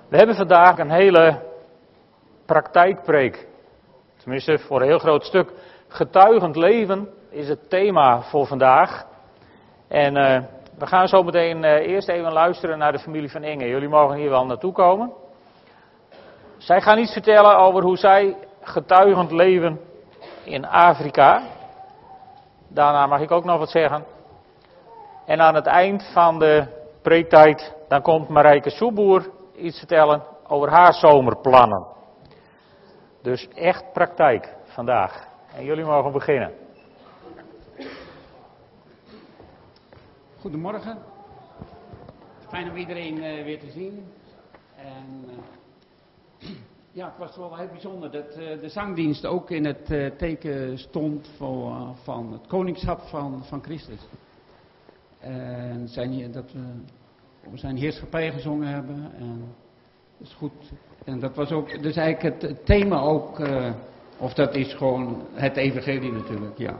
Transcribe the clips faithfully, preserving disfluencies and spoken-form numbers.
We hebben vandaag een hele praktijkpreek. Tenminste, voor een heel groot stuk. Getuigend leven is het thema voor vandaag. En uh, we gaan zo meteen uh, eerst even luisteren naar de familie van Inge. Jullie mogen hier wel naartoe komen. Zij gaan iets vertellen over hoe zij getuigend leven in Afrika. Daarna mag ik ook nog wat zeggen. En aan het eind van de preektijd, dan komt Marijke Soeboer iets vertellen over haar zomerplannen. Dus echt praktijk vandaag. En jullie mogen beginnen. Goedemorgen. Fijn om iedereen uh, weer te zien. En uh, ja, het was wel heel bijzonder dat uh, de zangdienst ook in het uh, teken stond voor, uh, van het koningschap van, van Christus. En zijn hier, dat we over zijn heerschappij gezongen hebben. En dat is goed. En dat was ook, dus eigenlijk het, het thema ook, uh, of dat is gewoon het evangelie natuurlijk, ja.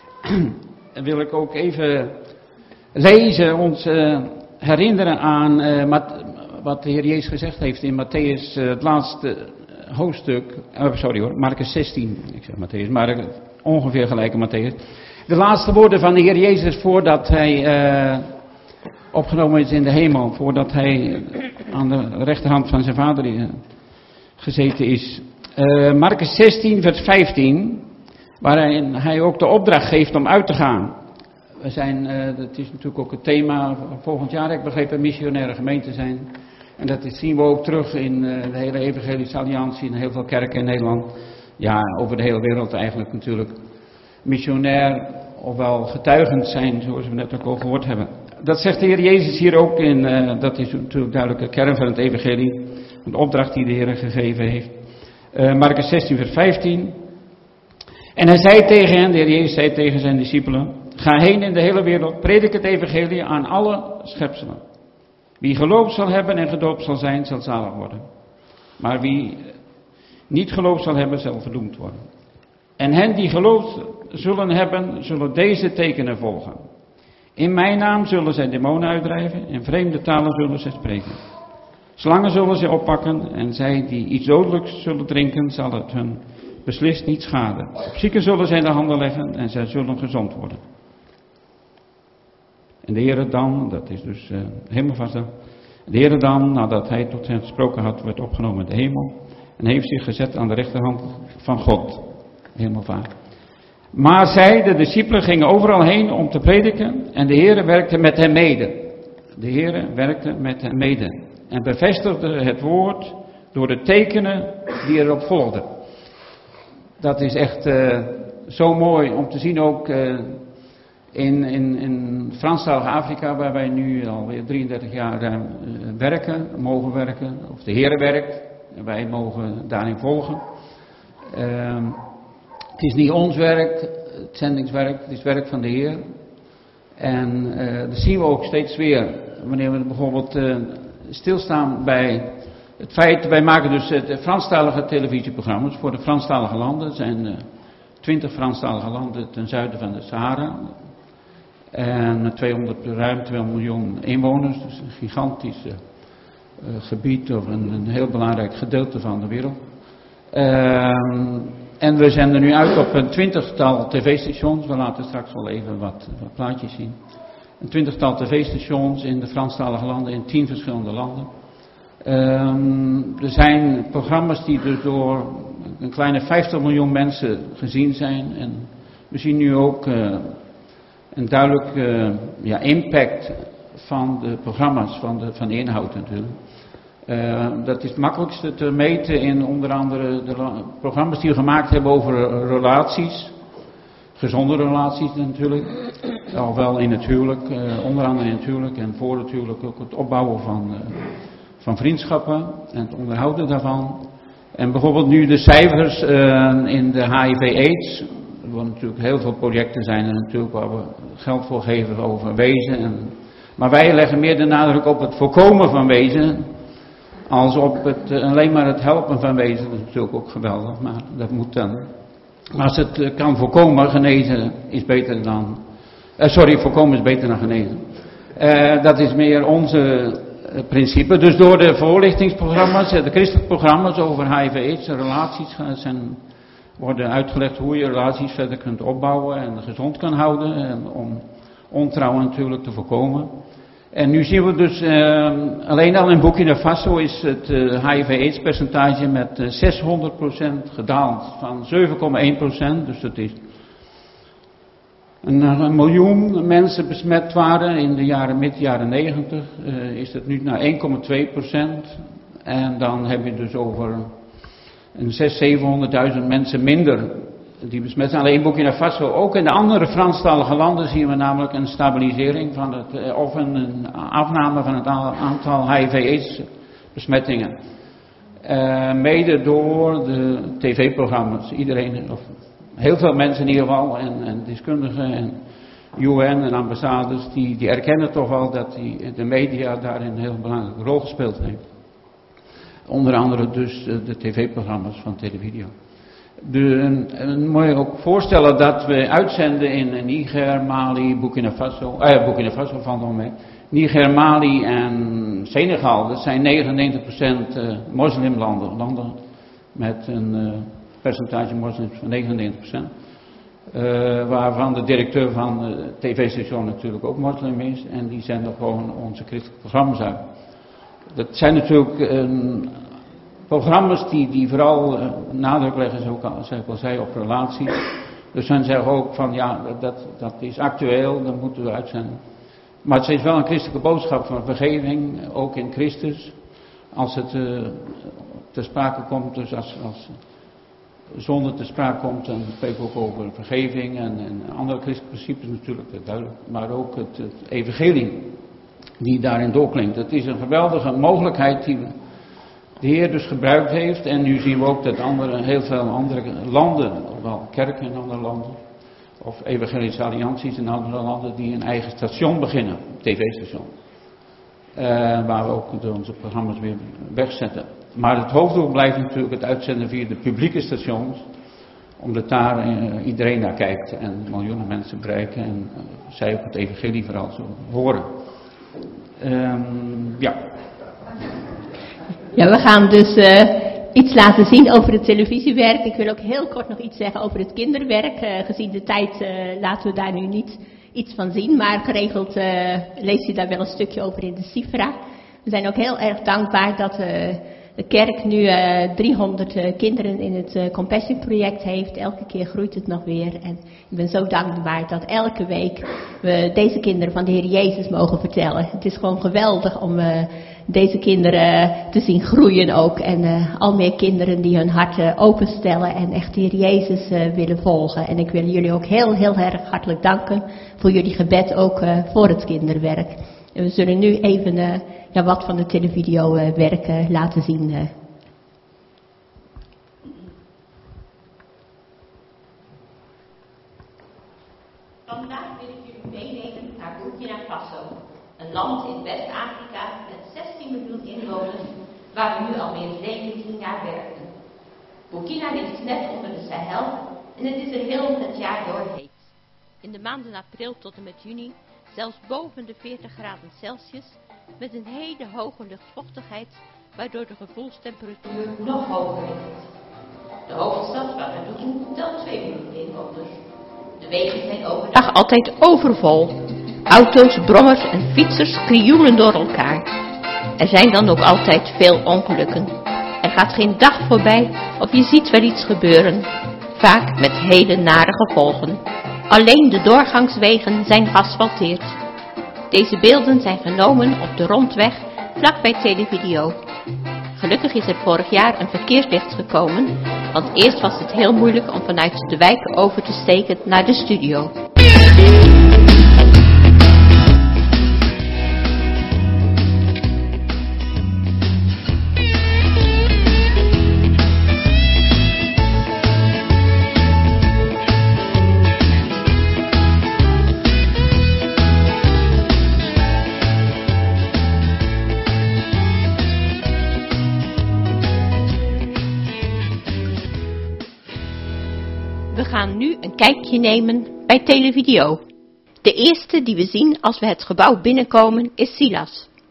En wil ik ook even lezen, ons uh, herinneren aan uh, Mat- wat de Heer Jezus gezegd heeft in Matthäus, uh, het laatste hoofdstuk, uh, sorry hoor, Marcus zestien, ik zeg Matthäus, maar ongeveer gelijk aan Matthäus. De laatste woorden van de Heer Jezus voordat hij uh, opgenomen is in de hemel, voordat hij aan de rechterhand van zijn vader uh, gezeten is. Uh, Marcus zestien vers vijftien, waarin hij ook de opdracht geeft om uit te gaan. We zijn, uh, dat is natuurlijk ook het thema van volgend jaar, ik begreep, een missionaire gemeente zijn. En dat zien we ook terug in uh, de hele Evangelische Alliantie, in heel veel kerken in Nederland. Ja, over de hele wereld eigenlijk natuurlijk. Missionair, ofwel getuigend zijn, zoals we net ook al gehoord hebben. Dat zegt de Heer Jezus hier ook in, uh, dat is natuurlijk duidelijk de kern van het evangelie. Een opdracht die de Heer gegeven heeft. Uh, Marcus zestien vers vijftien. En hij zei tegen hen, de Heer Jezus zei tegen zijn discipelen: ga heen in de hele wereld, predik het evangelie aan alle schepselen. Wie geloof zal hebben en gedoopt zal zijn, zal zalig worden. Maar wie niet geloof zal hebben, zal verdoemd worden. En hen die geloof zullen hebben, zullen deze tekenen volgen. In mijn naam zullen zij demonen uitdrijven, in vreemde talen zullen zij spreken. Slangen zullen ze oppakken en zij die iets dodelijks zullen drinken, zal het hun beslist niet schaden. Op zieken zullen zij de handen leggen en zij zullen gezond worden. En de Heere dan, dat is dus uh, helemaal vast dan. De Heere dan, nadat hij tot hen gesproken had, werd opgenomen in de hemel en heeft zich gezet aan de rechterhand van God. Helemaal vaak. Maar zij, de discipelen, gingen overal heen om te prediken en de Heere werkte met hen mede. De Heere werkte met hen mede en bevestigde het woord door de tekenen die erop volgden. Dat is echt uh, zo mooi om te zien ook uh, in, in, in Franstalige Afrika, waar wij nu alweer drieëndertig jaar uh, werken, mogen werken, of de Heere werkt en wij mogen daarin volgen. Uh, Het is niet ons werk, het zendingswerk, het is werk van de Heer. En uh, dat zien we ook steeds weer. Wanneer we bijvoorbeeld uh, stilstaan bij het feit, wij maken dus de Franstalige televisieprogramma's voor de Franstalige landen. Er zijn uh, twintig Franstalige landen ten zuiden van de Sahara. En tweehonderd, ruim tweehonderd miljoen inwoners, dus een gigantisch uh, gebied of een, een heel belangrijk gedeelte van de wereld. Uh, En we zenden nu uit op een twintigtal tv-stations. We laten straks wel even wat, wat plaatjes zien. Een twintigtal tv-stations in de Franstalige landen, in tien verschillende landen. Um, er zijn programma's die dus door een kleine vijftig miljoen mensen gezien zijn. En we zien nu ook uh, een duidelijk uh, ja, impact van de programma's, van de, van de inhoud natuurlijk. Uh, dat is het makkelijkste te meten in onder andere de la- programma's die we gemaakt hebben over relaties. Gezonde relaties natuurlijk. Ofwel in het huwelijk, uh, onder andere in het huwelijk en voor het huwelijk ook het opbouwen van, uh, van vriendschappen en het onderhouden daarvan. En bijvoorbeeld nu de cijfers uh, in de H I V AIDS. Er worden natuurlijk heel veel projecten zijn er natuurlijk waar we geld voor geven over wezen. En, maar wij leggen meer de nadruk op het voorkomen van wezen. Als op het, alleen maar het helpen van wezen, dat is natuurlijk ook geweldig, maar dat moet dan. Maar als het kan voorkomen, genezen is beter dan, uh, sorry, voorkomen is beter dan genezen. Uh, dat is meer onze principe. Dus door de voorlichtingsprogramma's, de christelijke programma's over H I V AIDS, relaties zijn, worden uitgelegd hoe je relaties verder kunt opbouwen en gezond kan houden. En om ontrouw natuurlijk te voorkomen. En nu zien we dus, uh, alleen al in Burkina Faso is het uh, H I V AIDS percentage met uh, zeshonderd procent gedaald. Van zeven komma één procent, dus dat is een, een miljoen mensen besmet waren in de jaren, mid jaren negentig, uh, is het nu naar één komma twee procent. En dan heb je dus over een zeshonderdduizend, zevenhonderdduizend mensen minder die besmet zijn. Alleen Burkina Faso, ook in de andere Franstalige landen zien we namelijk een stabilisering van het, of een, een afname van het aantal H I V AIDS besmettingen. Uh, mede door de tv-programma's. Iedereen, of heel veel mensen in ieder geval, en, en deskundigen en U N en ambassades, die, die erkennen toch wel dat die, de media daarin een heel belangrijke rol gespeeld heeft. Onder andere dus de, de tv-programma's van Televideo. De, en, en moet je ook voorstellen dat we uitzenden in Niger, Mali, Burkina Faso, eh, Burkina Faso valt nog mee. Niger, Mali en Senegal, dat zijn negenennegentig procent uh, moslimlanden, landen met een uh, percentage moslims van negenennegentig procent. Uh, waarvan de directeur van het tv-station natuurlijk ook moslim is en die zenden gewoon onze christelijke programma's uit. Dat zijn natuurlijk uh, programma's die, die vooral uh, nadruk leggen, zoals ik al zei, op relaties. Dus zij zeggen ook van ja, dat, dat is actueel, dat moeten we uitzenden. Maar het is wel een christelijke boodschap van vergeving, ook in Christus. Als het uh, ter sprake komt, dus als, als zonde ter sprake komt, dan spreken we ook over vergeving en, en andere christelijke principes natuurlijk, dat duidelijk. Maar ook het, het evangelie die daarin doorklinkt. Het is een geweldige mogelijkheid die de Heer dus gebruikt heeft. En nu zien we ook dat andere, heel veel andere landen, ofwel kerken in andere landen, of evangelische allianties in andere landen, die een eigen station beginnen, tv-station. Uh, waar we ook onze programma's weer wegzetten. Maar het hoofddoel blijft natuurlijk het uitzenden via de publieke stations. Omdat daar uh, iedereen naar kijkt en miljoenen mensen bereiken en uh, zij ook het evangelie vooral zo horen. Um, ja. Ja, we gaan dus uh, iets laten zien over het televisiewerk. Ik wil ook heel kort nog iets zeggen over het kinderwerk. Uh, gezien de tijd uh, laten we daar nu niet iets van zien. Maar geregeld uh, lees je daar wel een stukje over in de Cifra. We zijn ook heel erg dankbaar dat uh, de kerk nu uh, driehonderd uh, kinderen in het uh, Compassion project heeft. Elke keer groeit het nog weer. En ik ben zo dankbaar dat elke week we deze kinderen van de Heer Jezus mogen vertellen. Het is gewoon geweldig om uh, deze kinderen te zien groeien ook. En uh, al meer kinderen die hun hart uh, openstellen en echt de Heer Jezus uh, willen volgen. En ik wil jullie ook heel, heel erg hartelijk danken voor jullie gebed ook uh, voor het kinderwerk. En we zullen nu even uh, ja, wat van de televideo uh, werk uh, laten zien. Uh. Vandaag wil ik jullie meenemen naar Burkina Faso. Een land in West-Afrika met zestien miljoen inwoners, waar we nu al meer zeventien jaar werken. Burkina ligt net onder de Sahel en het is er heel het jaar door heet. In de maanden april tot en met juni zelfs boven de veertig graden Celsius, met een hele hoge luchtvochtigheid, waardoor de gevoelstemperatuur nog hoger ligt. De hoofdstad Ouagadougou telt twee miljoen inwoners. De wegen zijn overdag altijd overvol. Auto's, brommers en fietsers krioelen door elkaar. Er zijn dan ook altijd veel ongelukken. Er gaat geen dag voorbij of je ziet wel iets gebeuren. Vaak met hele nare gevolgen. Alleen de doorgangswegen zijn geasfalteerd. Deze beelden zijn genomen op de rondweg vlakbij Televideo. Gelukkig is er vorig jaar een verkeerslicht gekomen, want eerst was het heel moeilijk om vanuit de wijk over te steken naar de studio. We gaan nu een kijkje nemen bij Televideo. De eerste die we zien als we het gebouw binnenkomen is Silas.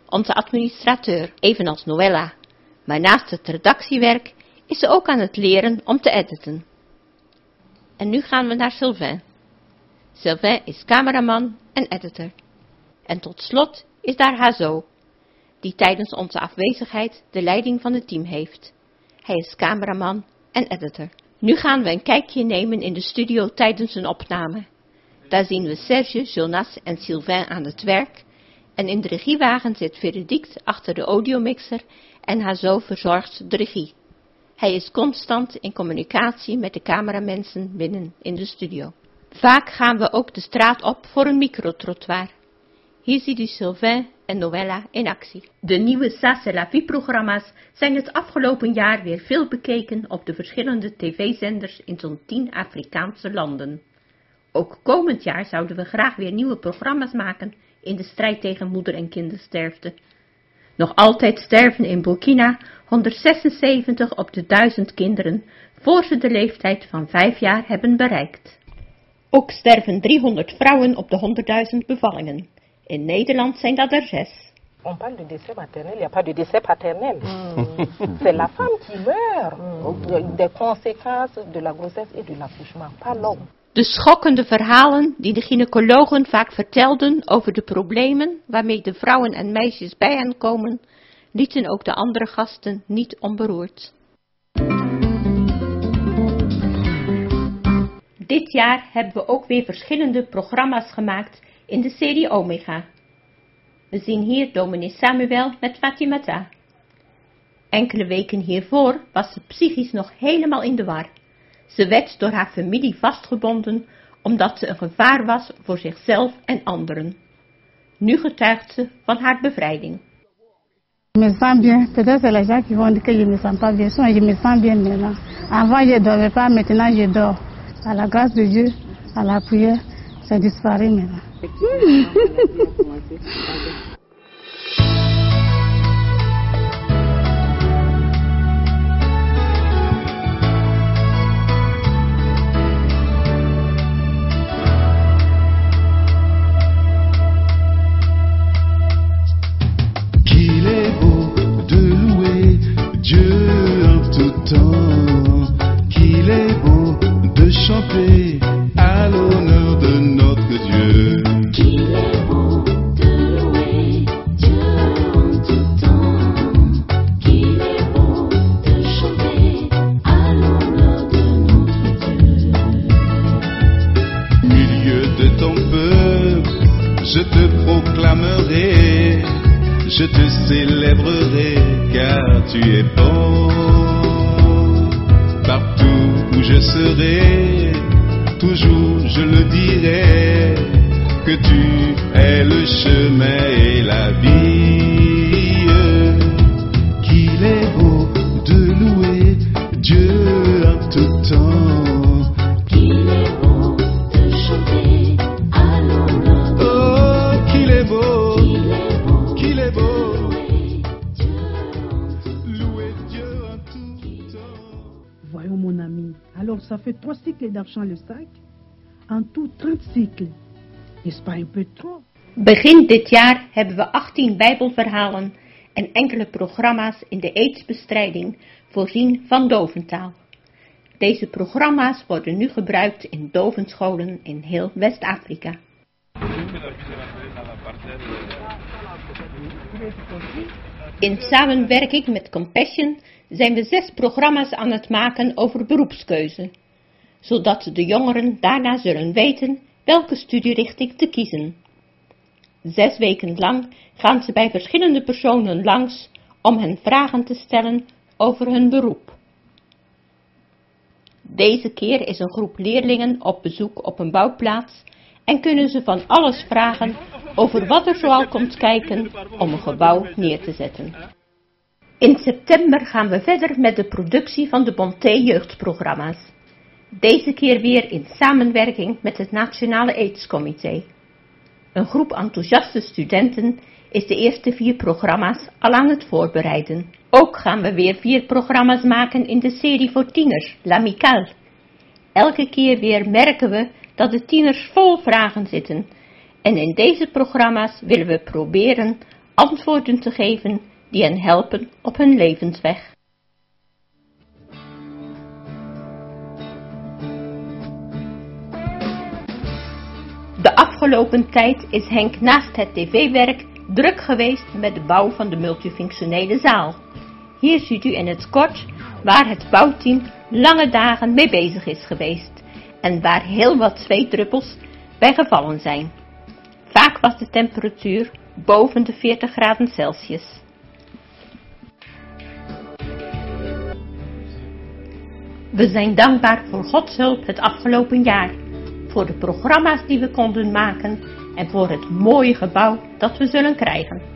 onze administrateur, evenals Noella. Maar naast het redactiewerk is ze ook aan het leren om te editen. En nu gaan we naar Sylvain. Sylvain is cameraman en editor. En tot slot is daar Hazo, die tijdens onze afwezigheid de leiding van het team heeft. Hij is cameraman en editor. Nu gaan we een kijkje nemen in de studio tijdens een opname. Daar zien we Serge, Jonas en Sylvain aan het werk. En in de regiewagen zit Veredict achter de audiomixer en Hazo verzorgt de regie. Hij is constant in communicatie met de cameramensen binnen in de studio. Vaak gaan we ook de straat op voor een microtrottoir. Hier ziet u Sylvain en Noella in actie. De nieuwe Ça c'est la vie-programma's zijn het afgelopen jaar weer veel bekeken op de verschillende tv-zenders in zo'n tien Afrikaanse landen. Ook komend jaar zouden we graag weer nieuwe programma's maken in de strijd tegen moeder- en kindersterfte. Nog altijd sterven in Burkina honderdzesenzeventig op de duizend kinderen, voor ze de leeftijd van vijf jaar hebben bereikt. Ook sterven driehonderd vrouwen op de honderdduizend bevallingen. In Nederland zijn dat er zes. On parle de décès maternel, il n'y a pas de décès paternel. Mm. C'est la femme qui meurt mm. des conséquences de la grossesse et de l'accouchement, pas l'homme. De schokkende verhalen die de gynaecologen vaak vertelden over de problemen waarmee de vrouwen en meisjes bij hen komen, lieten ook de andere gasten niet onberoerd. Dit jaar hebben we ook weer verschillende programma's gemaakt in de serie Omega. We zien hier dominee Samuel met Fatimata. Enkele weken hiervoor was ze psychisch nog helemaal in de war. Ze werd door haar familie vastgebonden omdat ze een gevaar was voor zichzelf en anderen. Nu getuigt ze van haar bevrijding. Je me sens bien. Peut-être c'est les gens qui vont dire que je me sens pas bien. Sinon je me sens bien maintenant. Avant je dormais pas, maintenant je dors. À la grâce de Dieu, à la prière, ça disparaît maintenant. Qu'il est beau de louer Dieu en tout temps, qu'il est beau de chanter à l'honneur de notre Dieu. Qu'il est beau de louer Dieu en tout temps, qu'il est beau de chanter à l'honneur de notre Dieu. Au milieu de ton peuple, je te proclamerai, je te célébrerai, car tu es bon. Partout où je serai, toujours je le dirai, que tu es le chemin et la vie. Qu'il est beau de louer Dieu en tout temps, qu'il est beau de chanter à l'honneur de oh qu'il est beau, qu'il est beau, qu'il est beau, louer Dieu en tout louer Dieu en tout temps. Voyons mon ami, alors ça fait trois cycles d'Archant le sac, en tout trente cycles. Is pas un peu trop? Begin dit jaar hebben we achttien Bijbelverhalen en enkele programma's in de aidsbestrijding voorzien van doventaal. Deze programma's worden nu gebruikt in dovenscholen in heel West-Afrika. In samenwerking met Compassion zijn we zes programma's aan het maken over beroepskeuze, zodat de jongeren daarna zullen weten welke studierichting te kiezen. Zes weken lang gaan ze bij verschillende personen langs om hen vragen te stellen over hun beroep. Deze keer is een groep leerlingen op bezoek op een bouwplaats en kunnen ze van alles vragen over wat er zoal komt kijken om een gebouw neer te zetten. In september gaan we verder met de productie van de Bonté jeugdprogramma's. Deze keer weer in samenwerking met het Nationale AIDS-comité. Een groep enthousiaste studenten is de eerste vier programma's al aan het voorbereiden. Ook gaan we weer vier programma's maken in de serie voor tieners, L'Amicale. Elke keer weer merken we dat de tieners vol vragen zitten. En in deze programma's willen we proberen antwoorden te geven die hen helpen op hun levensweg. De afgelopen tijd is Henk naast het tv-werk druk geweest met de bouw van de multifunctionele zaal. Hier ziet u in het kort waar het bouwteam lange dagen mee bezig is geweest en waar heel wat zweetdruppels bij gevallen zijn. Vaak was de temperatuur boven de veertig graden Celsius. We zijn dankbaar voor Gods hulp het afgelopen jaar, voor de programma's die we konden maken en voor het mooie gebouw dat we zullen krijgen.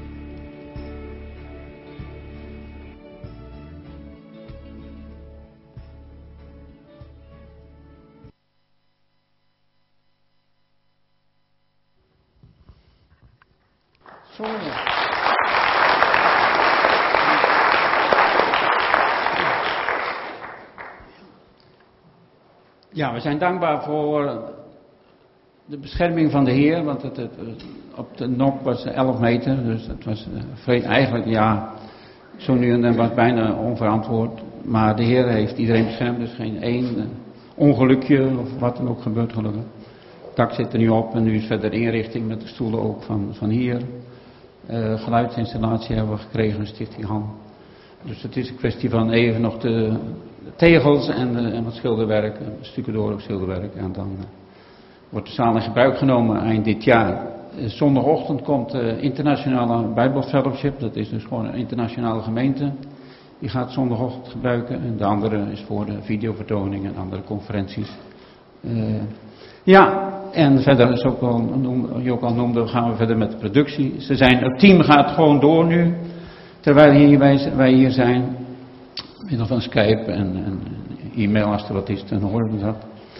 Ja, we zijn dankbaar voor de bescherming van de Heer, want het, het, op de nok was elf meter, dus het was uh, eigenlijk, ja, zo nu en dan was het bijna onverantwoord. Maar de Heer heeft iedereen beschermd, dus geen één uh, ongelukje of wat dan ook gebeurt gelukkig. Het dak zit er nu op en nu is verder inrichting met de stoelen ook van, van hier. Uh, geluidsinstallatie hebben we gekregen, Stichting Han. Dus het is een kwestie van even nog de, de tegels en, de, en wat schilderwerk, stukken door ook schilderwerk. En dan uh, wordt de zaal in gebruik genomen eind dit jaar. Uh, zondagochtend komt de uh, internationale Bijbelfellowship, dat is dus gewoon een internationale gemeente. Die gaat zondagochtend gebruiken en de andere is voor de videovertoning en andere conferenties. Uh, ja, en verder, is ook al, je ook al noemde, gaan we verder met de productie. Ze zijn, het team gaat gewoon door nu. Terwijl hier, wij, wij hier zijn, middel van Skype en, en e-mail als er wat is, dan horen we dat.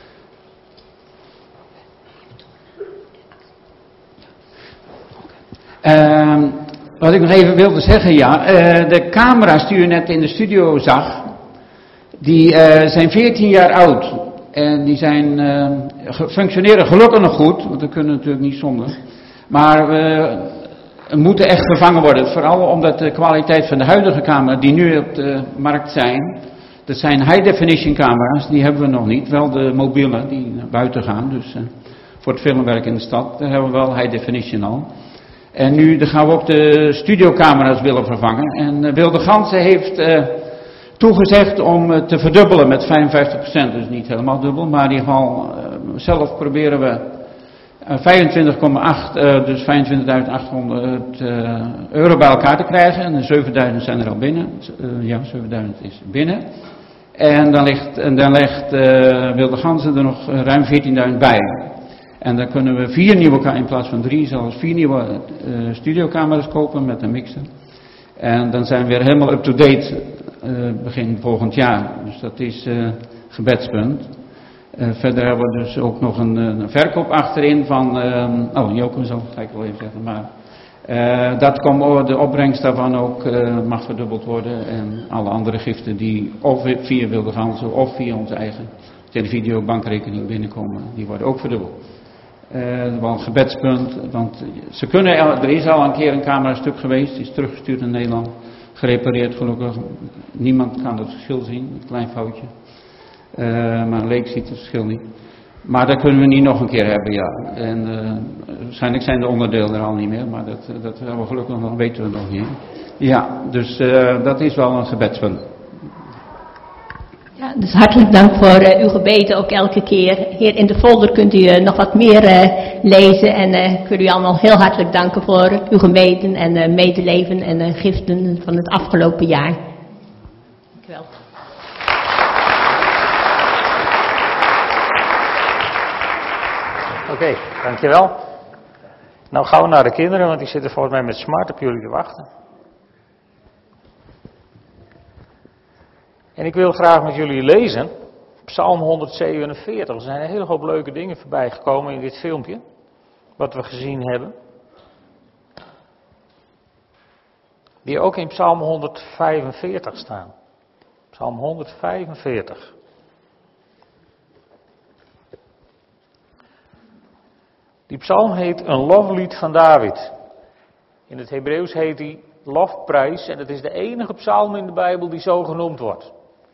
Uh, wat ik nog even wilde zeggen, ja, uh, de camera's die u net in de studio zag, die uh, zijn veertien jaar oud. En die zijn, uh, functioneren gelukkig nog goed, want dat kunnen we natuurlijk niet zonder. Maar uh, moeten echt vervangen worden. Vooral omdat de kwaliteit van de huidige camera's die nu op de markt zijn, dat zijn high definition camera's, die hebben we nog niet. Wel de mobiele die naar buiten gaan, dus uh, voor het filmwerk in de stad, daar hebben we wel high definition al. En nu dan gaan we ook de studiocamera's willen vervangen. En uh, Wilde Ganzen heeft uh, toegezegd om uh, te verdubbelen met vijfenvijftig procent. Dus niet helemaal dubbel, maar in ieder geval uh, zelf proberen we vijfentwintig komma acht, uh, dus vijfentwintigduizend achthonderd uh, euro bij elkaar te krijgen. En de zevenduizend zijn er al binnen. Uh, ja, zevenduizend is binnen. En dan, ligt, en dan legt uh, Wilde Ganzen er nog uh, ruim veertienduizend bij. En dan kunnen we vier nieuwe, in plaats van drie, zelfs vier nieuwe uh, studiocamera's kopen met een mixer. En dan zijn we weer helemaal up-to-date uh, begin volgend jaar. Dus dat is uh, gebedspunt. Uh, verder hebben we dus ook nog een, een verkoop achterin van, uh, oh Joke zal het gelijk wel even zeggen, maar uh, dat komt, de opbrengst daarvan ook uh, mag verdubbeld worden en alle andere giften die of via Wilde Ganzen of via onze eigen televisiebankrekening binnenkomen, die worden ook verdubbeld. Uh, wel een gebedspunt, want ze kunnen, er is al een keer een camera stuk geweest, die is teruggestuurd naar Nederland, gerepareerd gelukkig, niemand kan het verschil zien, een klein foutje. Uh, maar een leek ziet het verschil niet. Maar dat kunnen we niet nog een keer hebben, ja. En uh, waarschijnlijk zijn de onderdelen er al niet meer, maar dat, dat hebben we gelukkig nog, weten we nog niet. Ja, dus uh, dat is wel een gebedspunt. Ja, dus hartelijk dank voor uh, uw gebeden ook elke keer. Hier in de folder kunt u uh, nog wat meer uh, lezen en uh, ik wil u allemaal heel hartelijk danken voor uw gebeden en uh, medeleven en uh, giften van het afgelopen jaar. Dank u wel. Oké, okay, dankjewel. Nou gaan we naar de kinderen, want die zitten volgens mij met smart op jullie te wachten. En ik wil graag met jullie lezen, Psalm honderdzevenenveertig. Er zijn een hele hoop leuke dingen voorbij gekomen in dit filmpje, wat we gezien hebben. Die ook in Psalm honderdvijfenveertig staan. Psalm honderdvijfenveertig. Die psalm heet een loflied van David. In het Hebreeuws heet die lofprijs en het is de enige psalm in de Bijbel die zo genoemd wordt.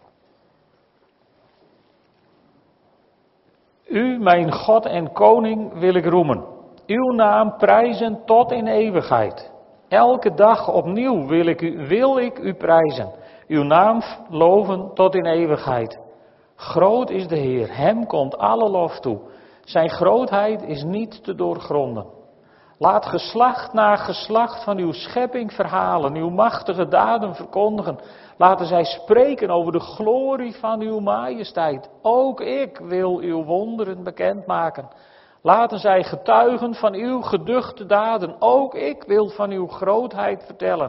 U, mijn God en koning, wil ik roemen. Uw naam prijzen tot in eeuwigheid. Elke dag opnieuw wil ik u, wil ik u prijzen. Uw naam loven tot in eeuwigheid. Groot is de Heer, hem komt alle lof toe. Zijn grootheid is niet te doorgronden. Laat geslacht na geslacht van uw schepping verhalen, uw machtige daden verkondigen. Laten zij spreken over de glorie van uw majesteit. Ook ik wil uw wonderen bekendmaken. Laten zij getuigen van uw geduchte daden. Ook ik wil van uw grootheid vertellen.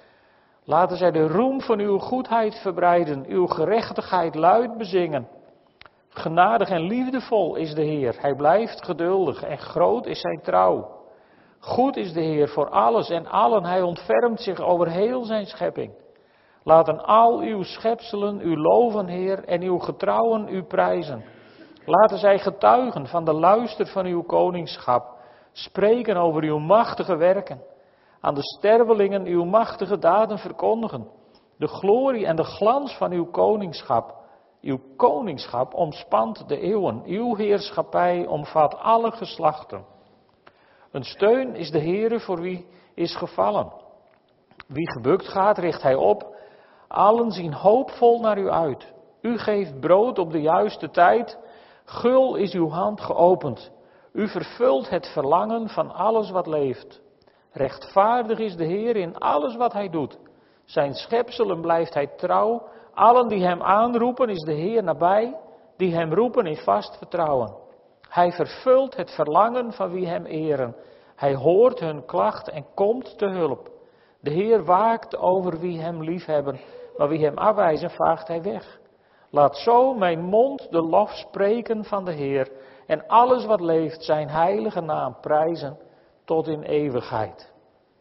Laten zij de roem van uw goedheid verbreiden, uw gerechtigheid luid bezingen. Genadig en liefdevol is de Heer, hij blijft geduldig en groot is zijn trouw. Goed is de Heer voor alles en allen, hij ontfermt zich over heel zijn schepping. Laten al uw schepselen u loven, Heer, en uw getrouwen u prijzen. Laten zij getuigen van de luister van uw koningschap, spreken over uw machtige werken. Aan de stervelingen uw machtige daden verkondigen. De glorie en de glans van uw koningschap. Uw koningschap omspant de eeuwen. Uw heerschappij omvat alle geslachten. Een steun is de Heere voor wie is gevallen. Wie gebukt gaat, richt hij op. Allen zien hoopvol naar u uit. U geeft brood op de juiste tijd. Gul is uw hand geopend. U vervult het verlangen van alles wat leeft. Rechtvaardig is de Heer in alles wat hij doet. Zijn schepselen blijft hij trouw. Allen die hem aanroepen is de Heer nabij. Die hem roepen in vast vertrouwen. Hij vervult het verlangen van wie hem eren. Hij hoort hun klacht en komt te hulp. De Heer waakt over wie hem liefhebben. Maar wie hem afwijzen, vaagt hij weg. Laat zo mijn mond de lof spreken van de Heer. En alles wat leeft zijn heilige naam prijzen tot in eeuwigheid.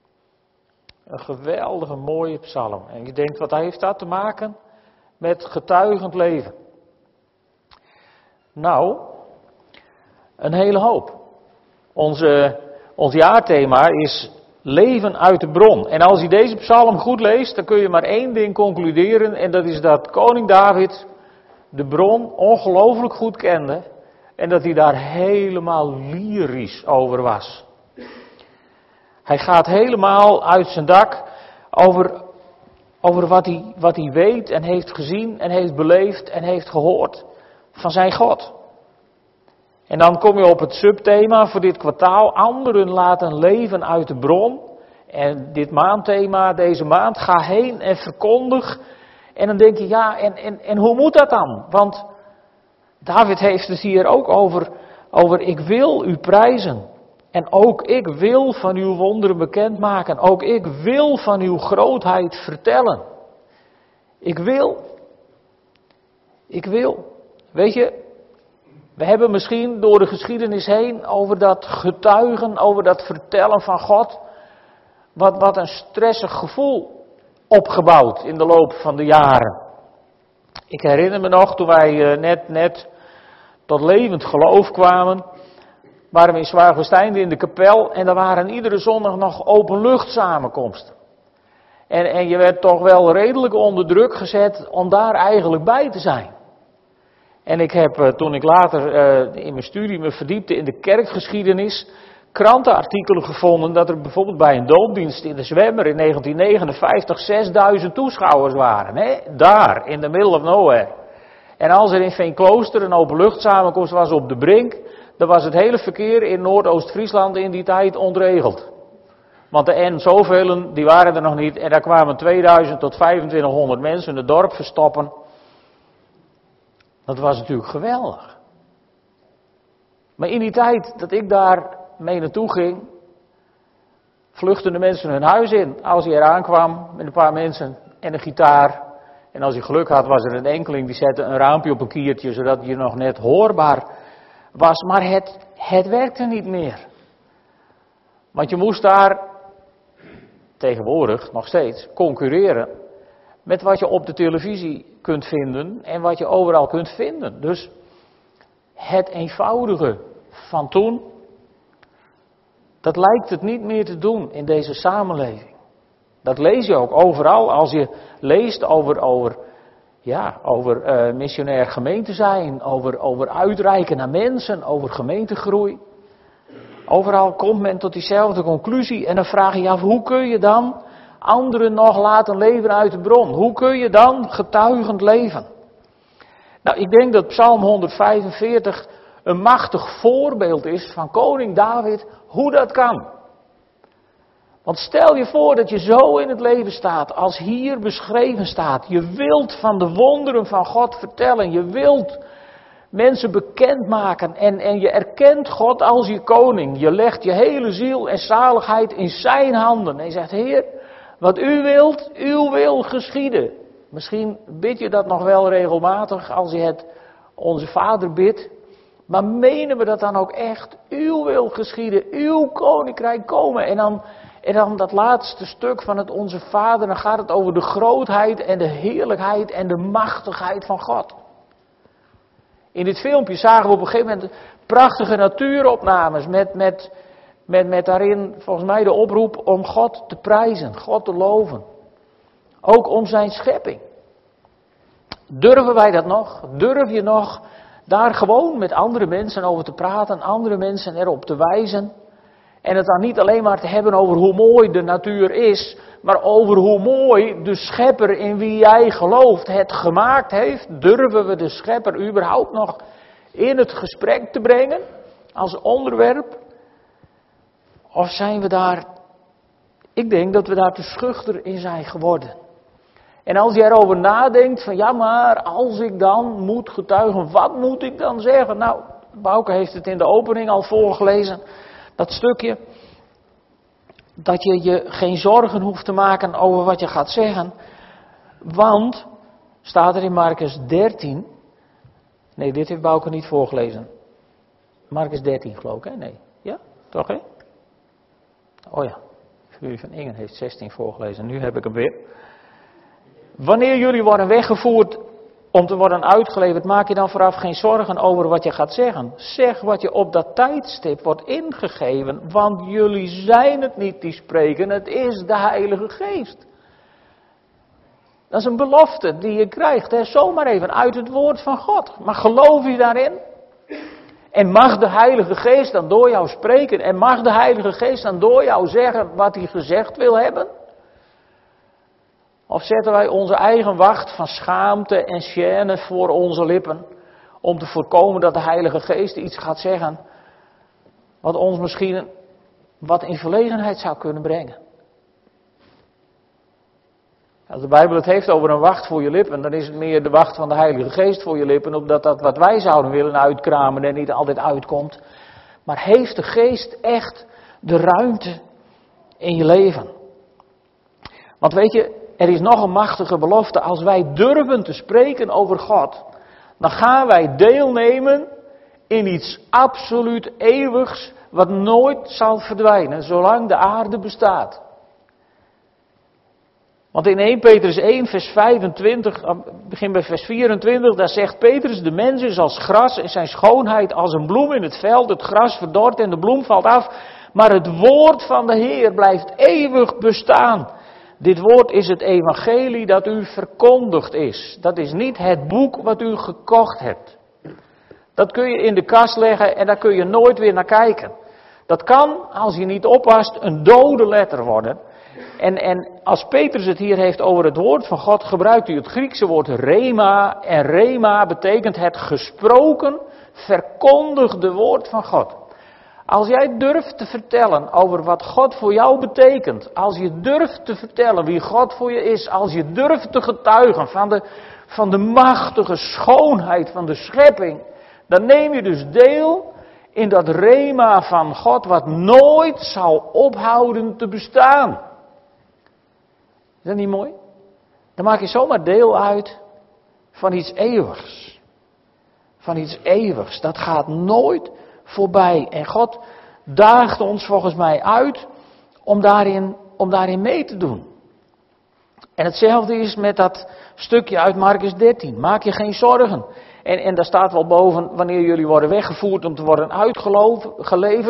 Een geweldige mooie psalm. En je denkt, wat heeft dat te maken met getuigend leven? Nou, een hele hoop. Onze, ons jaarthema is leven uit de bron. En als je deze psalm goed leest, dan kun je maar één ding concluderen. En dat is dat koning David de bron ongelooflijk goed kende. En dat hij daar helemaal lyrisch over was. Hij gaat helemaal uit zijn dak over, over wat, hij, wat hij weet en heeft gezien en heeft beleefd en heeft gehoord van zijn God. En dan kom je op het subthema voor dit kwartaal, anderen laten leven uit de bron. En dit maandthema, deze maand, ga heen en verkondig. En dan denk je, ja, en, en, en hoe moet dat dan? Want David heeft het hier ook over, over ik wil u prijzen. En ook ik wil van uw wonderen bekendmaken. Ook ik wil van uw grootheid vertellen. Ik wil. Ik wil. Weet je, we hebben misschien door de geschiedenis heen over dat getuigen, over dat vertellen van God, wat, wat een stressig gevoel opgebouwd in de loop van de jaren. Ik herinner me nog, toen wij net, net tot levend geloof kwamen, waren we in Zwaagwesteinde in de kapel en er waren iedere zondag nog openlucht-samenkomsten. En, en je werd toch wel redelijk onder druk gezet om daar eigenlijk bij te zijn. En ik heb, toen ik later uh, in mijn studie me verdiepte in de kerkgeschiedenis, krantenartikelen gevonden dat er bijvoorbeeld bij een doopdienst in de Zwemmer in negentien negenenvijftig zesduizend toeschouwers waren. Hè? Daar, in the middle of nowhere. En als er in Veenklooster een openlucht-samenkomst was op de Brink, dan was het hele verkeer in Noordoost-Friesland in die tijd ontregeld. Want de N zoveel, die waren er nog niet. En daar kwamen tweeduizend tot vijfentwintighonderd mensen het dorp verstoppen. Dat was natuurlijk geweldig. Maar in die tijd dat ik daar mee naartoe ging, vluchtten de mensen hun huis in. Als hij eraan kwam met een paar mensen en een gitaar. En als hij geluk had, was er een enkeling die zette een raampje op een kiertje, zodat je nog net hoorbaar was. Maar het, het werkte niet meer. Want je moest daar, tegenwoordig nog steeds, concurreren met wat je op de televisie kunt vinden en wat je overal kunt vinden. Dus het eenvoudige van toen, Dat lijkt het niet meer te doen in deze samenleving. Dat lees je ook overal als je leest over, over, ja, over uh, missionair gemeente zijn, over, over uitreiken naar mensen, over gemeentegroei. Overal komt men tot diezelfde conclusie en dan vraag je je af, hoe kun je dan anderen nog laten leven uit de bron? Hoe kun je dan getuigend leven? Nou, ik denk dat Psalm honderdvijfenveertig een machtig voorbeeld is van koning David, hoe dat kan. Want stel je voor dat je zo in het leven staat, als hier beschreven staat. Je wilt van de wonderen van God vertellen, je wilt mensen bekendmaken en, en je erkent God als je koning. Je legt je hele ziel en zaligheid in zijn handen en je zegt, Heer, wat u wilt, uw wil geschieden. Misschien bid je dat nog wel regelmatig als je het onze Vader bidt. Maar menen we dat dan ook echt? Uw wil geschieden, uw koninkrijk komen. En dan, en dan dat laatste stuk van het Onze Vader, dan gaat het over de grootheid en de heerlijkheid en de machtigheid van God. In dit filmpje zagen we op een gegeven moment prachtige natuuropnames met, met, met, met daarin volgens mij de oproep om God te prijzen, God te loven. Ook om zijn schepping. Durven wij dat nog? Durf je nog daar gewoon met andere mensen over te praten, andere mensen erop te wijzen? En het dan niet alleen maar te hebben over hoe mooi de natuur is, maar over hoe mooi de schepper in wie jij gelooft het gemaakt heeft. Durven we de schepper überhaupt nog in het gesprek te brengen als onderwerp? Of zijn we daar, ik denk dat we daar te schuchter in zijn geworden. En als je erover nadenkt van ja maar als ik dan moet getuigen, wat moet ik dan zeggen? Nou, Bouke heeft het in de opening al voorgelezen. Dat stukje, dat je je geen zorgen hoeft te maken over wat je gaat zeggen. Want, staat er in Marcus dertien. Nee, dit heeft Bouke niet voorgelezen. Marcus dertien geloof ik, hè? Nee. Ja? Toch, hè? Oh ja. Familie van Ingen heeft zestien voorgelezen. Nu heb ik hem weer. Wanneer jullie worden weggevoerd om te worden uitgeleverd, maak je dan vooraf geen zorgen over wat je gaat zeggen. Zeg wat je op dat tijdstip wordt ingegeven, want jullie zijn het niet die spreken, het is de Heilige Geest. Dat is een belofte die je krijgt, hè, zomaar even uit het woord van God. Maar geloof je daarin? En mag de Heilige Geest dan door jou spreken? En mag de Heilige Geest dan door jou zeggen wat hij gezegd wil hebben? Of zetten wij onze eigen wacht van schaamte en gêne voor onze lippen, om te voorkomen dat de Heilige Geest iets gaat zeggen, wat ons misschien wat in verlegenheid zou kunnen brengen. Als de Bijbel het heeft over een wacht voor je lippen, dan is het meer de wacht van de Heilige Geest voor je lippen, opdat dat wat wij zouden willen uitkramen er niet altijd uitkomt. Maar heeft de Geest echt de ruimte in je leven? Want weet je, er is nog een machtige belofte. Als wij durven te spreken over God, dan gaan wij deelnemen in iets absoluut eeuwigs, wat nooit zal verdwijnen, zolang de aarde bestaat. Want in eerste Petrus één, vers vijfentwintig, begin bij vers vierentwintig, daar zegt Petrus, de mens is als gras en zijn schoonheid als een bloem in het veld. Het gras verdort en de bloem valt af, maar het woord van de Heer blijft eeuwig bestaan. Dit woord is het evangelie dat u verkondigd is. Dat is niet het boek wat u gekocht hebt. Dat kun je in de kast leggen en daar kun je nooit weer naar kijken. Dat kan, als je niet oppast, een dode letter worden. En, en als Petrus het hier heeft over het woord van God, gebruikt hij het Griekse woord rema. En rema betekent het gesproken, verkondigde woord van God. Als jij durft te vertellen over wat God voor jou betekent, als je durft te vertellen wie God voor je is, als je durft te getuigen van de, van de machtige schoonheid van de schepping, dan neem je dus deel in dat rema van God wat nooit zal ophouden te bestaan. Is dat niet mooi? Dan maak je zomaar deel uit van iets eeuwigs. Van iets eeuwigs. Dat gaat nooit voorbij. En God daagt ons volgens mij uit om daarin, om daarin mee te doen. En hetzelfde is met dat stukje uit Marcus dertien. Maak je geen zorgen. En, en daar staat wel boven, wanneer jullie worden weggevoerd om te worden uitgeleverd.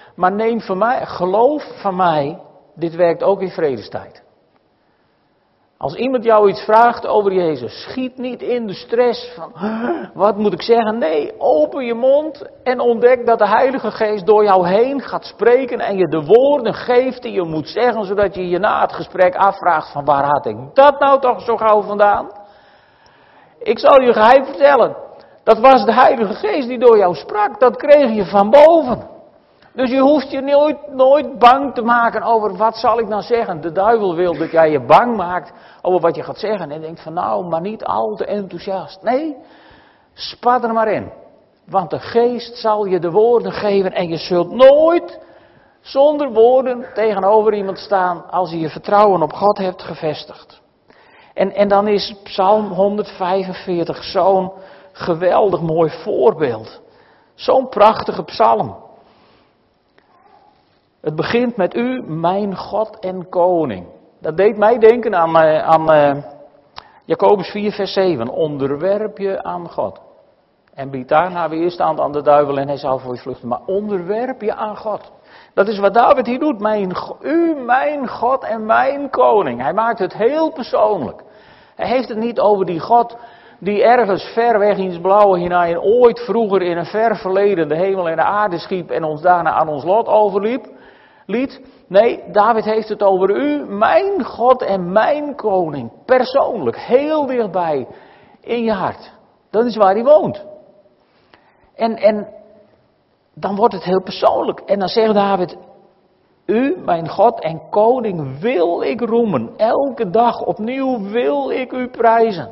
Maar neem van mij, geloof van mij, dit werkt ook in vredestijd. Als iemand jou iets vraagt over Jezus, schiet niet in de stress van, wat moet ik zeggen? Nee, open je mond en ontdek dat de Heilige Geest door jou heen gaat spreken en je de woorden geeft die je moet zeggen, zodat je je na het gesprek afvraagt van, waar had ik dat nou toch zo gauw vandaan? Ik zal je geheim vertellen, dat was de Heilige Geest die door jou sprak, dat kreeg je van boven. Dus je hoeft je nooit, nooit bang te maken over wat zal ik nou zeggen. De duivel wil dat jij je bang maakt over wat je gaat zeggen. En denkt van nou, maar niet al te enthousiast. Nee, spat er maar in. Want de geest zal je de woorden geven. En je zult nooit zonder woorden tegenover iemand staan als je je vertrouwen op God hebt gevestigd. En, en dan is Psalm honderdvijfenveertig zo'n geweldig mooi voorbeeld. Zo'n prachtige psalm. Het begint met u, mijn God en koning. Dat deed mij denken aan, uh, aan uh, Jacobus vier vers zeven. Onderwerp je aan God. En bied daarna weerstand aan de duivel en hij zal voor je vluchten. Maar onderwerp je aan God. Dat is wat David hier doet. Mijn, u, mijn God en mijn koning. Hij maakt het heel persoonlijk. Hij heeft het niet over die God die ergens ver weg in het blauwe hinein ooit vroeger in een ver verleden de hemel en de aarde schiep en ons daarna aan ons lot overliep. Lied. Nee, David heeft het over u, mijn God en mijn koning. Persoonlijk, heel dichtbij in je hart. Dat is waar hij woont. En, en dan wordt het heel persoonlijk. En dan zegt David, u, mijn God en koning, wil ik roemen. Elke dag opnieuw wil ik u prijzen.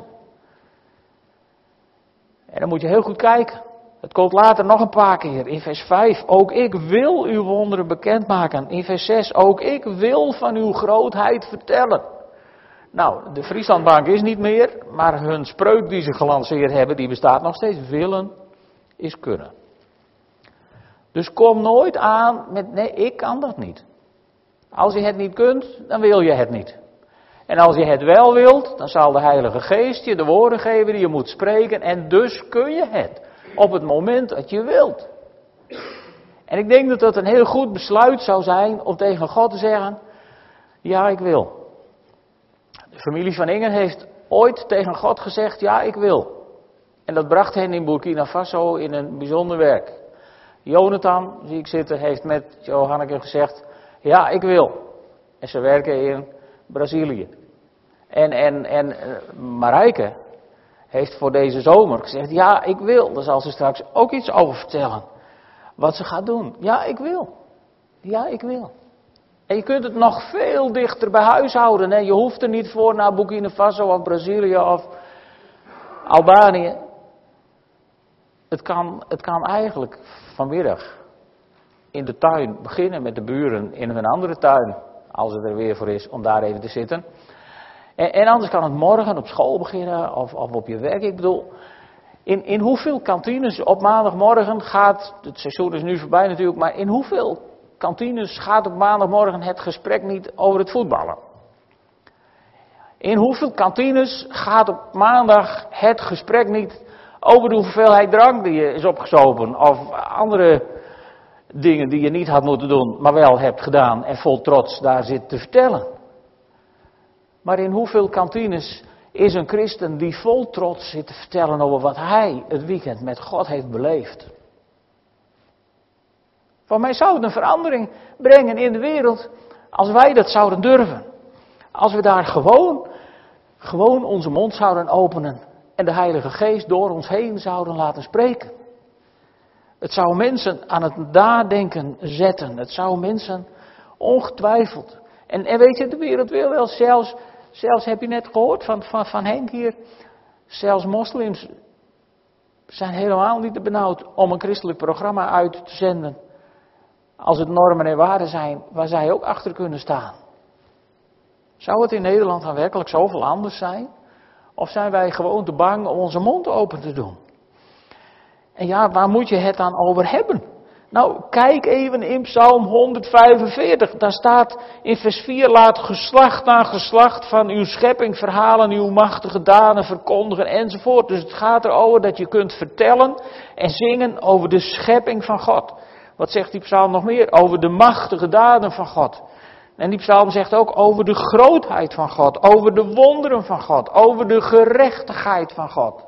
En dan moet je heel goed kijken. Het komt later nog een paar keer. In vers vijf, ook ik wil uw wonderen bekendmaken. In vers zes, ook ik wil van uw grootheid vertellen. Nou, de Frieslandbank is niet meer, maar hun spreuk die ze gelanceerd hebben, die bestaat nog steeds. Willen is kunnen. Dus kom nooit aan met, nee, ik kan dat niet. Als je het niet kunt, dan wil je het niet. En als je het wel wilt, dan zal de Heilige Geest je de woorden geven die je moet spreken. En dus kun je het. Op het moment dat je wilt. En ik denk dat dat een heel goed besluit zou zijn om tegen God te zeggen, ja, ik wil. De familie van Ingen heeft ooit tegen God gezegd, ja, ik wil. En dat bracht hen in Burkina Faso in een bijzonder werk. Jonathan, zie ik zitten, heeft met Johanneke gezegd, ja, ik wil. En ze werken in Brazilië. En, en, en Marijke heeft voor deze zomer gezegd, ja, ik wil. Daar zal ze straks ook iets over vertellen. Wat ze gaat doen. Ja, ik wil. Ja, ik wil. En je kunt het nog veel dichter bij huis houden. Hè? Je hoeft er niet voor naar Burkina Faso of Brazilië of Albanië. Het kan, het kan eigenlijk vanmiddag in de tuin beginnen met de buren in een andere tuin. Als het er weer voor is om daar even te zitten. En, en anders kan het morgen op school beginnen of, of op je werk. Ik bedoel, in, in hoeveel kantines op maandagmorgen gaat, het seizoen is nu voorbij natuurlijk, maar in hoeveel kantines gaat op maandagmorgen het gesprek niet over het voetballen? In hoeveel kantines gaat op maandag het gesprek niet over de hoeveelheid drank die je is opgezopen of andere dingen die je niet had moeten doen, maar wel hebt gedaan en vol trots daar zit te vertellen? Maar in hoeveel kantines is een christen die vol trots zit te vertellen over wat hij het weekend met God heeft beleefd? Voor mij zou het een verandering brengen in de wereld als wij dat zouden durven. Als we daar gewoon, gewoon onze mond zouden openen en de Heilige Geest door ons heen zouden laten spreken. Het zou mensen aan het nadenken zetten. Het zou mensen ongetwijfeld. En, en weet je, de wereld wil wel zelfs, zelfs heb je net gehoord van, van, van Henk hier, zelfs moslims zijn helemaal niet te benauwd om een christelijk programma uit te zenden. Als het normen en waarden zijn waar zij ook achter kunnen staan. Zou het in Nederland dan werkelijk zoveel anders zijn? Of zijn wij gewoon te bang om onze mond open te doen? En ja, waar moet je het dan over hebben? Nou, kijk even in Psalm honderdvijfenveertig. Daar staat in vers vier, laat geslacht na geslacht van uw schepping verhalen, uw machtige daden verkondigen enzovoort. Dus het gaat erover dat je kunt vertellen en zingen over de schepping van God. Wat zegt die psalm nog meer? Over de machtige daden van God. En die psalm zegt ook over de grootheid van God. Over de wonderen van God. Over de gerechtigheid van God.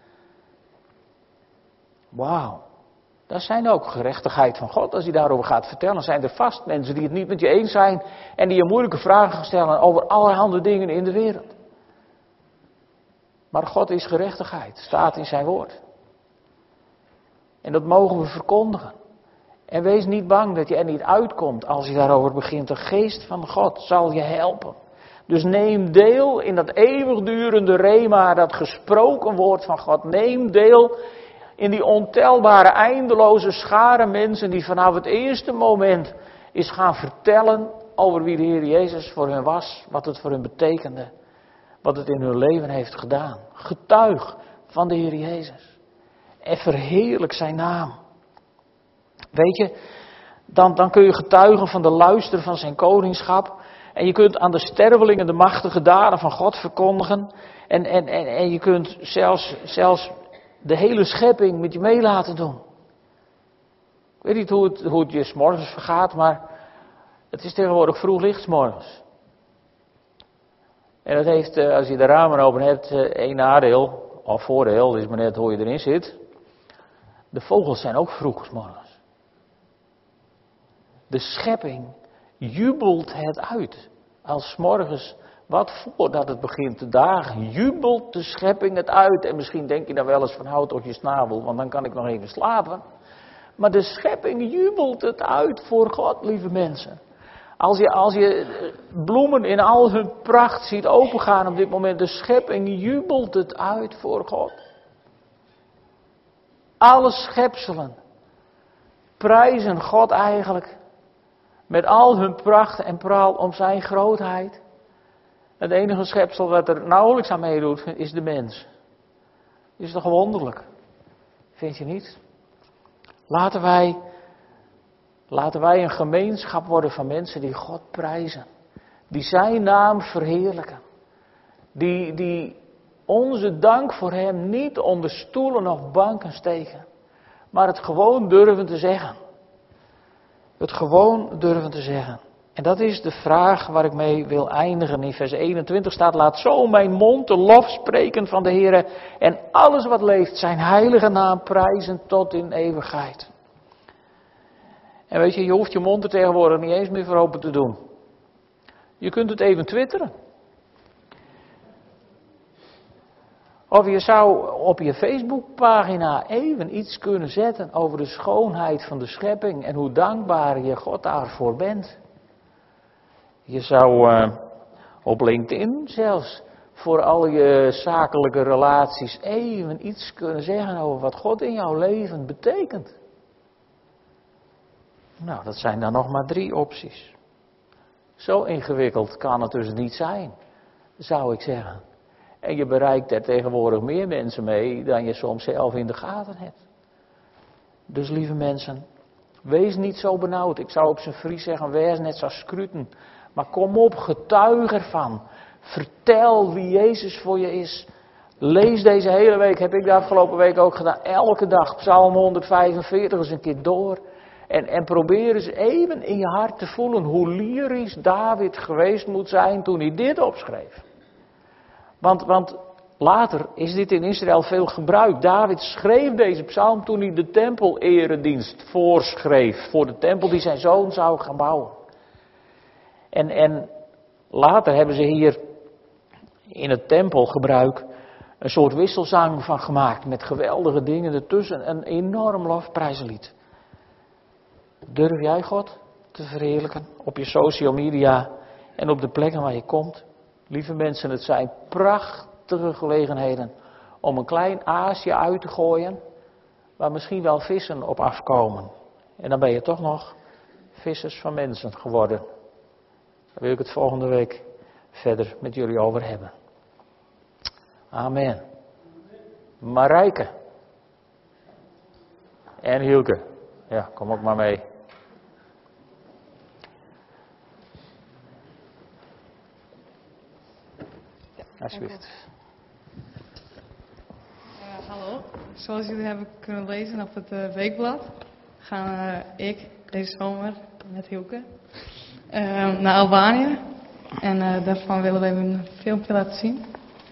Wauw. Dat zijn ook gerechtigheid van God. Als hij daarover gaat vertellen, zijn er vast mensen die het niet met je eens zijn. En die je moeilijke vragen gaan stellen over allerhande dingen in de wereld. Maar God is gerechtigheid. Staat in zijn woord. En dat mogen we verkondigen. En wees niet bang dat je er niet uitkomt als je daarover begint. De geest van God zal je helpen. Dus neem deel in dat eeuwigdurende rema, dat gesproken woord van God. Neem deel in die ontelbare, eindeloze schare mensen die vanaf het eerste moment is gaan vertellen over wie de Heer Jezus voor hen was. Wat het voor hen betekende. Wat het in hun leven heeft gedaan. Getuig van de Heer Jezus. En verheerlijk zijn naam. Weet je, dan, dan kun je getuigen van de luister van zijn koningschap. En je kunt aan de stervelingen de machtige daden van God verkondigen. En, en, en, en je kunt zelfs, zelfs de hele schepping met je mee laten doen. Ik weet niet hoe het, hoe het je 's morgens vergaat, maar het is tegenwoordig vroeg licht 's morgens. En dat heeft, als je de ramen open hebt, één nadeel, of voordeel, is maar net hoe je erin zit. De vogels zijn ook vroeg 's morgens. De schepping jubelt het uit. Als 's morgens, wat voordat het begint te dagen, jubelt de schepping het uit. En misschien denk je dan wel eens van houd toch je snavel, want dan kan ik nog even slapen. Maar de schepping jubelt het uit voor God, lieve mensen. Als je, als je bloemen in al hun pracht ziet opengaan op dit moment, de schepping jubelt het uit voor God. Alle schepselen prijzen God eigenlijk met al hun pracht en praal om zijn grootheid. Het enige schepsel wat er nauwelijks aan meedoet is de mens. Is toch wonderlijk? Vind je niet? Laten wij, laten wij een gemeenschap worden van mensen die God prijzen. Die zijn naam verheerlijken. Die, die onze dank voor hem niet onder stoelen of banken steken. Maar het gewoon durven te zeggen. Het gewoon durven te zeggen. En dat is de vraag waar ik mee wil eindigen. In vers eenentwintig staat: laat zo mijn mond de lof spreken van de Heere en alles wat leeft zijn heilige naam prijzen tot in eeuwigheid. En weet je, je hoeft je mond er tegenwoordig niet eens meer voor open te doen. Je kunt het even twitteren. Of je zou op je Facebookpagina even iets kunnen zetten over de schoonheid van de schepping en hoe dankbaar je God daarvoor bent. Je zou uh, op LinkedIn zelfs voor al je zakelijke relaties even iets kunnen zeggen over wat God in jouw leven betekent. Nou, dat zijn dan nog maar drie opties. Zo ingewikkeld kan het dus niet zijn, zou ik zeggen. En je bereikt er tegenwoordig meer mensen mee dan je soms zelf in de gaten hebt. Dus lieve mensen, wees niet zo benauwd. Ik zou op zijn Fries zeggen, wees net zo scruten. Maar kom op, getuig ervan. Vertel wie Jezus voor je is. Lees deze hele week, heb ik de afgelopen week ook gedaan. Elke dag Psalm honderdvijfenveertig eens een keer door. En, en probeer eens even in je hart te voelen hoe lyrisch David geweest moet zijn toen hij dit opschreef. Want, want later is dit in Israël veel gebruikt. David schreef deze psalm toen hij de tempel-eredienst voorschreef. Voor de tempel die zijn zoon zou gaan bouwen. En, en later hebben ze hier in het tempelgebruik een soort wisselzang van gemaakt. Met geweldige dingen ertussen. Een enorm lofprijzenlied. Durf jij God te verheerlijken op je social media en op de plekken waar je komt? Lieve mensen, het zijn prachtige gelegenheden om een klein aasje uit te gooien waar misschien wel vissen op afkomen. En dan ben je toch nog vissers van mensen geworden. Daar wil ik het volgende week verder met jullie over hebben. Amen. Marijke. En Hielke. Ja, kom ook maar mee. Alsjeblieft. Uh, hallo. Zoals jullie hebben kunnen lezen op het uh, weekblad, gaan uh, ik deze zomer met Hielke uh, naar Albanië. En uh, daarvan willen we even een filmpje laten zien.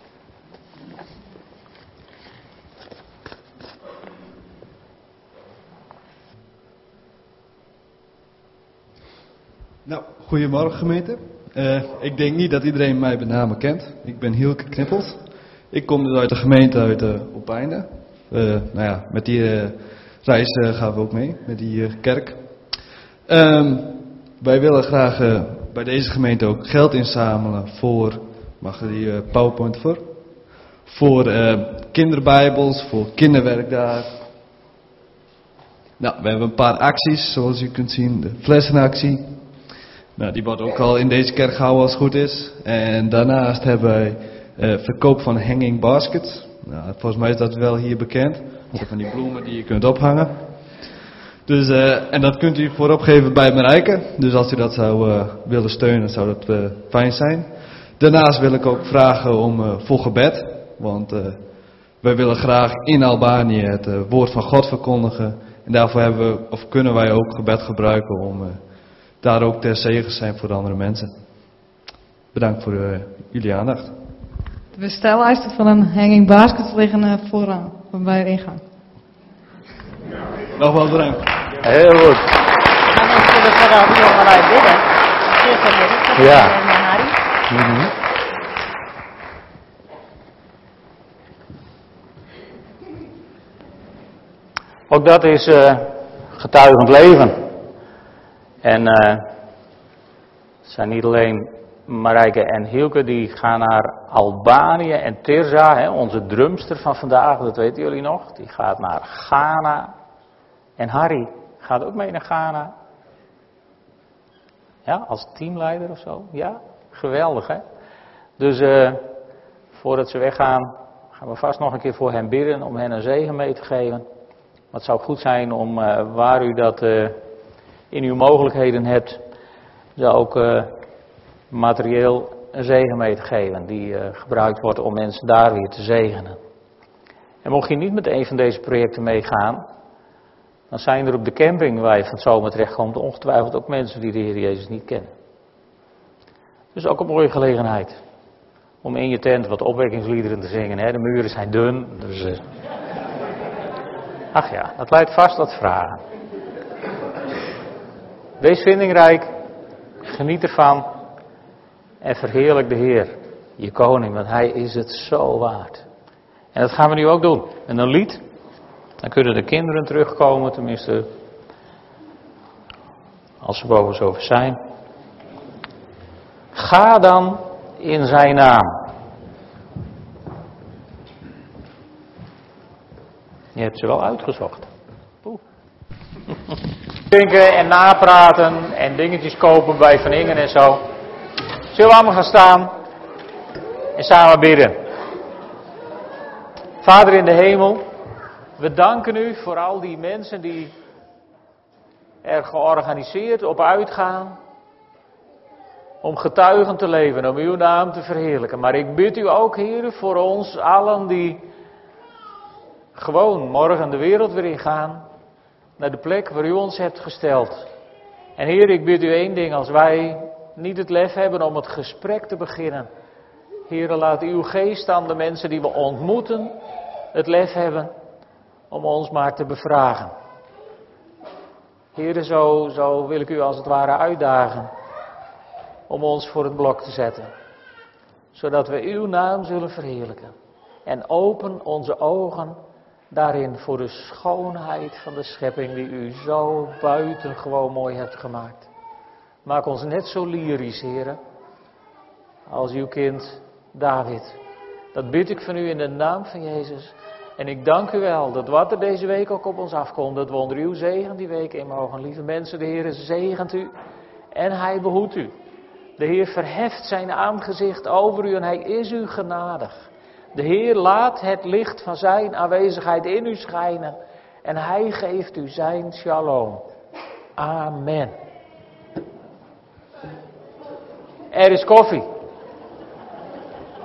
Nou, goedemorgen gemeente. Uh, ik denk niet dat iedereen mij bij name kent. Ik ben Hielke Knippels. Ik kom dus uit de gemeente uit uh, Opijnen. Uh, nou ja, met die uh, reis uh, gaan we ook mee, met die uh, kerk. Um, wij willen graag uh, bij deze gemeente ook geld inzamelen voor, mag er die uh, PowerPoint voor? Voor uh, kinderbijbels, voor kinderwerk daar. Nou, we hebben een paar acties, zoals u kunt zien. De flessenactie. Nou, die wordt ook al in deze kerk gehouden als het goed is. En daarnaast hebben wij uh, verkoop van hanging baskets. Nou, volgens mij is dat wel hier bekend. Van die bloemen die je kunt ophangen. Dus, uh, en dat kunt u voorop geven bij Marijke. Dus als u dat zou uh, willen steunen, zou dat uh, fijn zijn. Daarnaast wil ik ook vragen om uh, voor gebed. Want uh, wij willen graag in Albanië het uh, woord van God verkondigen. En daarvoor hebben we, of kunnen wij ook gebed gebruiken om uh, daar ook ter zegen te zijn voor de andere mensen. Bedankt voor uh, jullie aandacht. De bestellijsten van een hanging basket liggen uh, vooraan, bij de ingang. Nog wel bedankt. Heel goed. En dan zullen we vooral die jongelui bidden. Ja. Mm-hmm. Ook dat is uh, getuigend leven. En uh, het zijn niet alleen Marijke en Hielke die gaan naar Albanië. En Tirza, hè, onze drumster van vandaag, dat weten jullie nog, die gaat naar Ghana. En Harry gaat ook mee naar Ghana. Ja, als teamleider of zo. Ja, geweldig hè. Dus uh, voordat ze weggaan, gaan we vast nog een keer voor hen bidden om hen een zegen mee te geven. Maar het zou goed zijn om, uh, waar u dat uh, in uw mogelijkheden hebt, ze ook uh, materieel een zegen mee te geven. Die uh, gebruikt wordt om mensen daar weer te zegenen. En mocht je niet met een van deze projecten meegaan, dan zijn er op de camping waar je van het zomer terechtkomt ongetwijfeld ook mensen die de Heer Jezus niet kennen. Dus ook een mooie gelegenheid om in je tent wat opwekkingsliederen te zingen. Hè? De muren zijn dun, dus... Uh... Ach ja, dat leidt vast tot vragen. Wees vindingrijk, geniet ervan en verheerlijk de Heer, je koning, want Hij is het zo waard. En dat gaan we nu ook doen. En een lied, dan kunnen de kinderen terugkomen, tenminste als ze boven zover zijn. Ga dan in zijn naam. Je hebt ze wel uitgezocht. Oeh. Denken en napraten en dingetjes kopen bij Van Ingen en zo. Zullen we allemaal gaan staan en samen bidden. Vader in de hemel, we danken u voor al die mensen die er georganiseerd op uitgaan om getuigen te leven, om uw naam te verheerlijken. Maar ik bid u ook, Heer, voor ons allen die gewoon morgen de wereld weer ingaan, naar de plek waar u ons hebt gesteld. En Heer, ik bid u één ding, als wij niet het lef hebben om het gesprek te beginnen. Heer, laat uw geest aan de mensen die we ontmoeten het lef hebben om ons maar te bevragen. Heer, zo, zo wil ik u als het ware uitdagen om ons voor het blok te zetten. Zodat we uw naam zullen verheerlijken. En open onze ogen daarin voor de schoonheid van de schepping die u zo buitengewoon mooi hebt gemaakt. Maak ons net zo lyrisch, Heer, als uw kind David. Dat bid ik van u in de naam van Jezus. En ik dank u wel dat wat er deze week ook op ons afkomt, dat we onder uw zegen die week in mogen. Lieve mensen, de Heer zegent u en hij behoedt u. De Heer verheft zijn aangezicht over u en hij is u genadig. De Heer laat het licht van zijn aanwezigheid in u schijnen en hij geeft u zijn shalom. Amen. Er is koffie.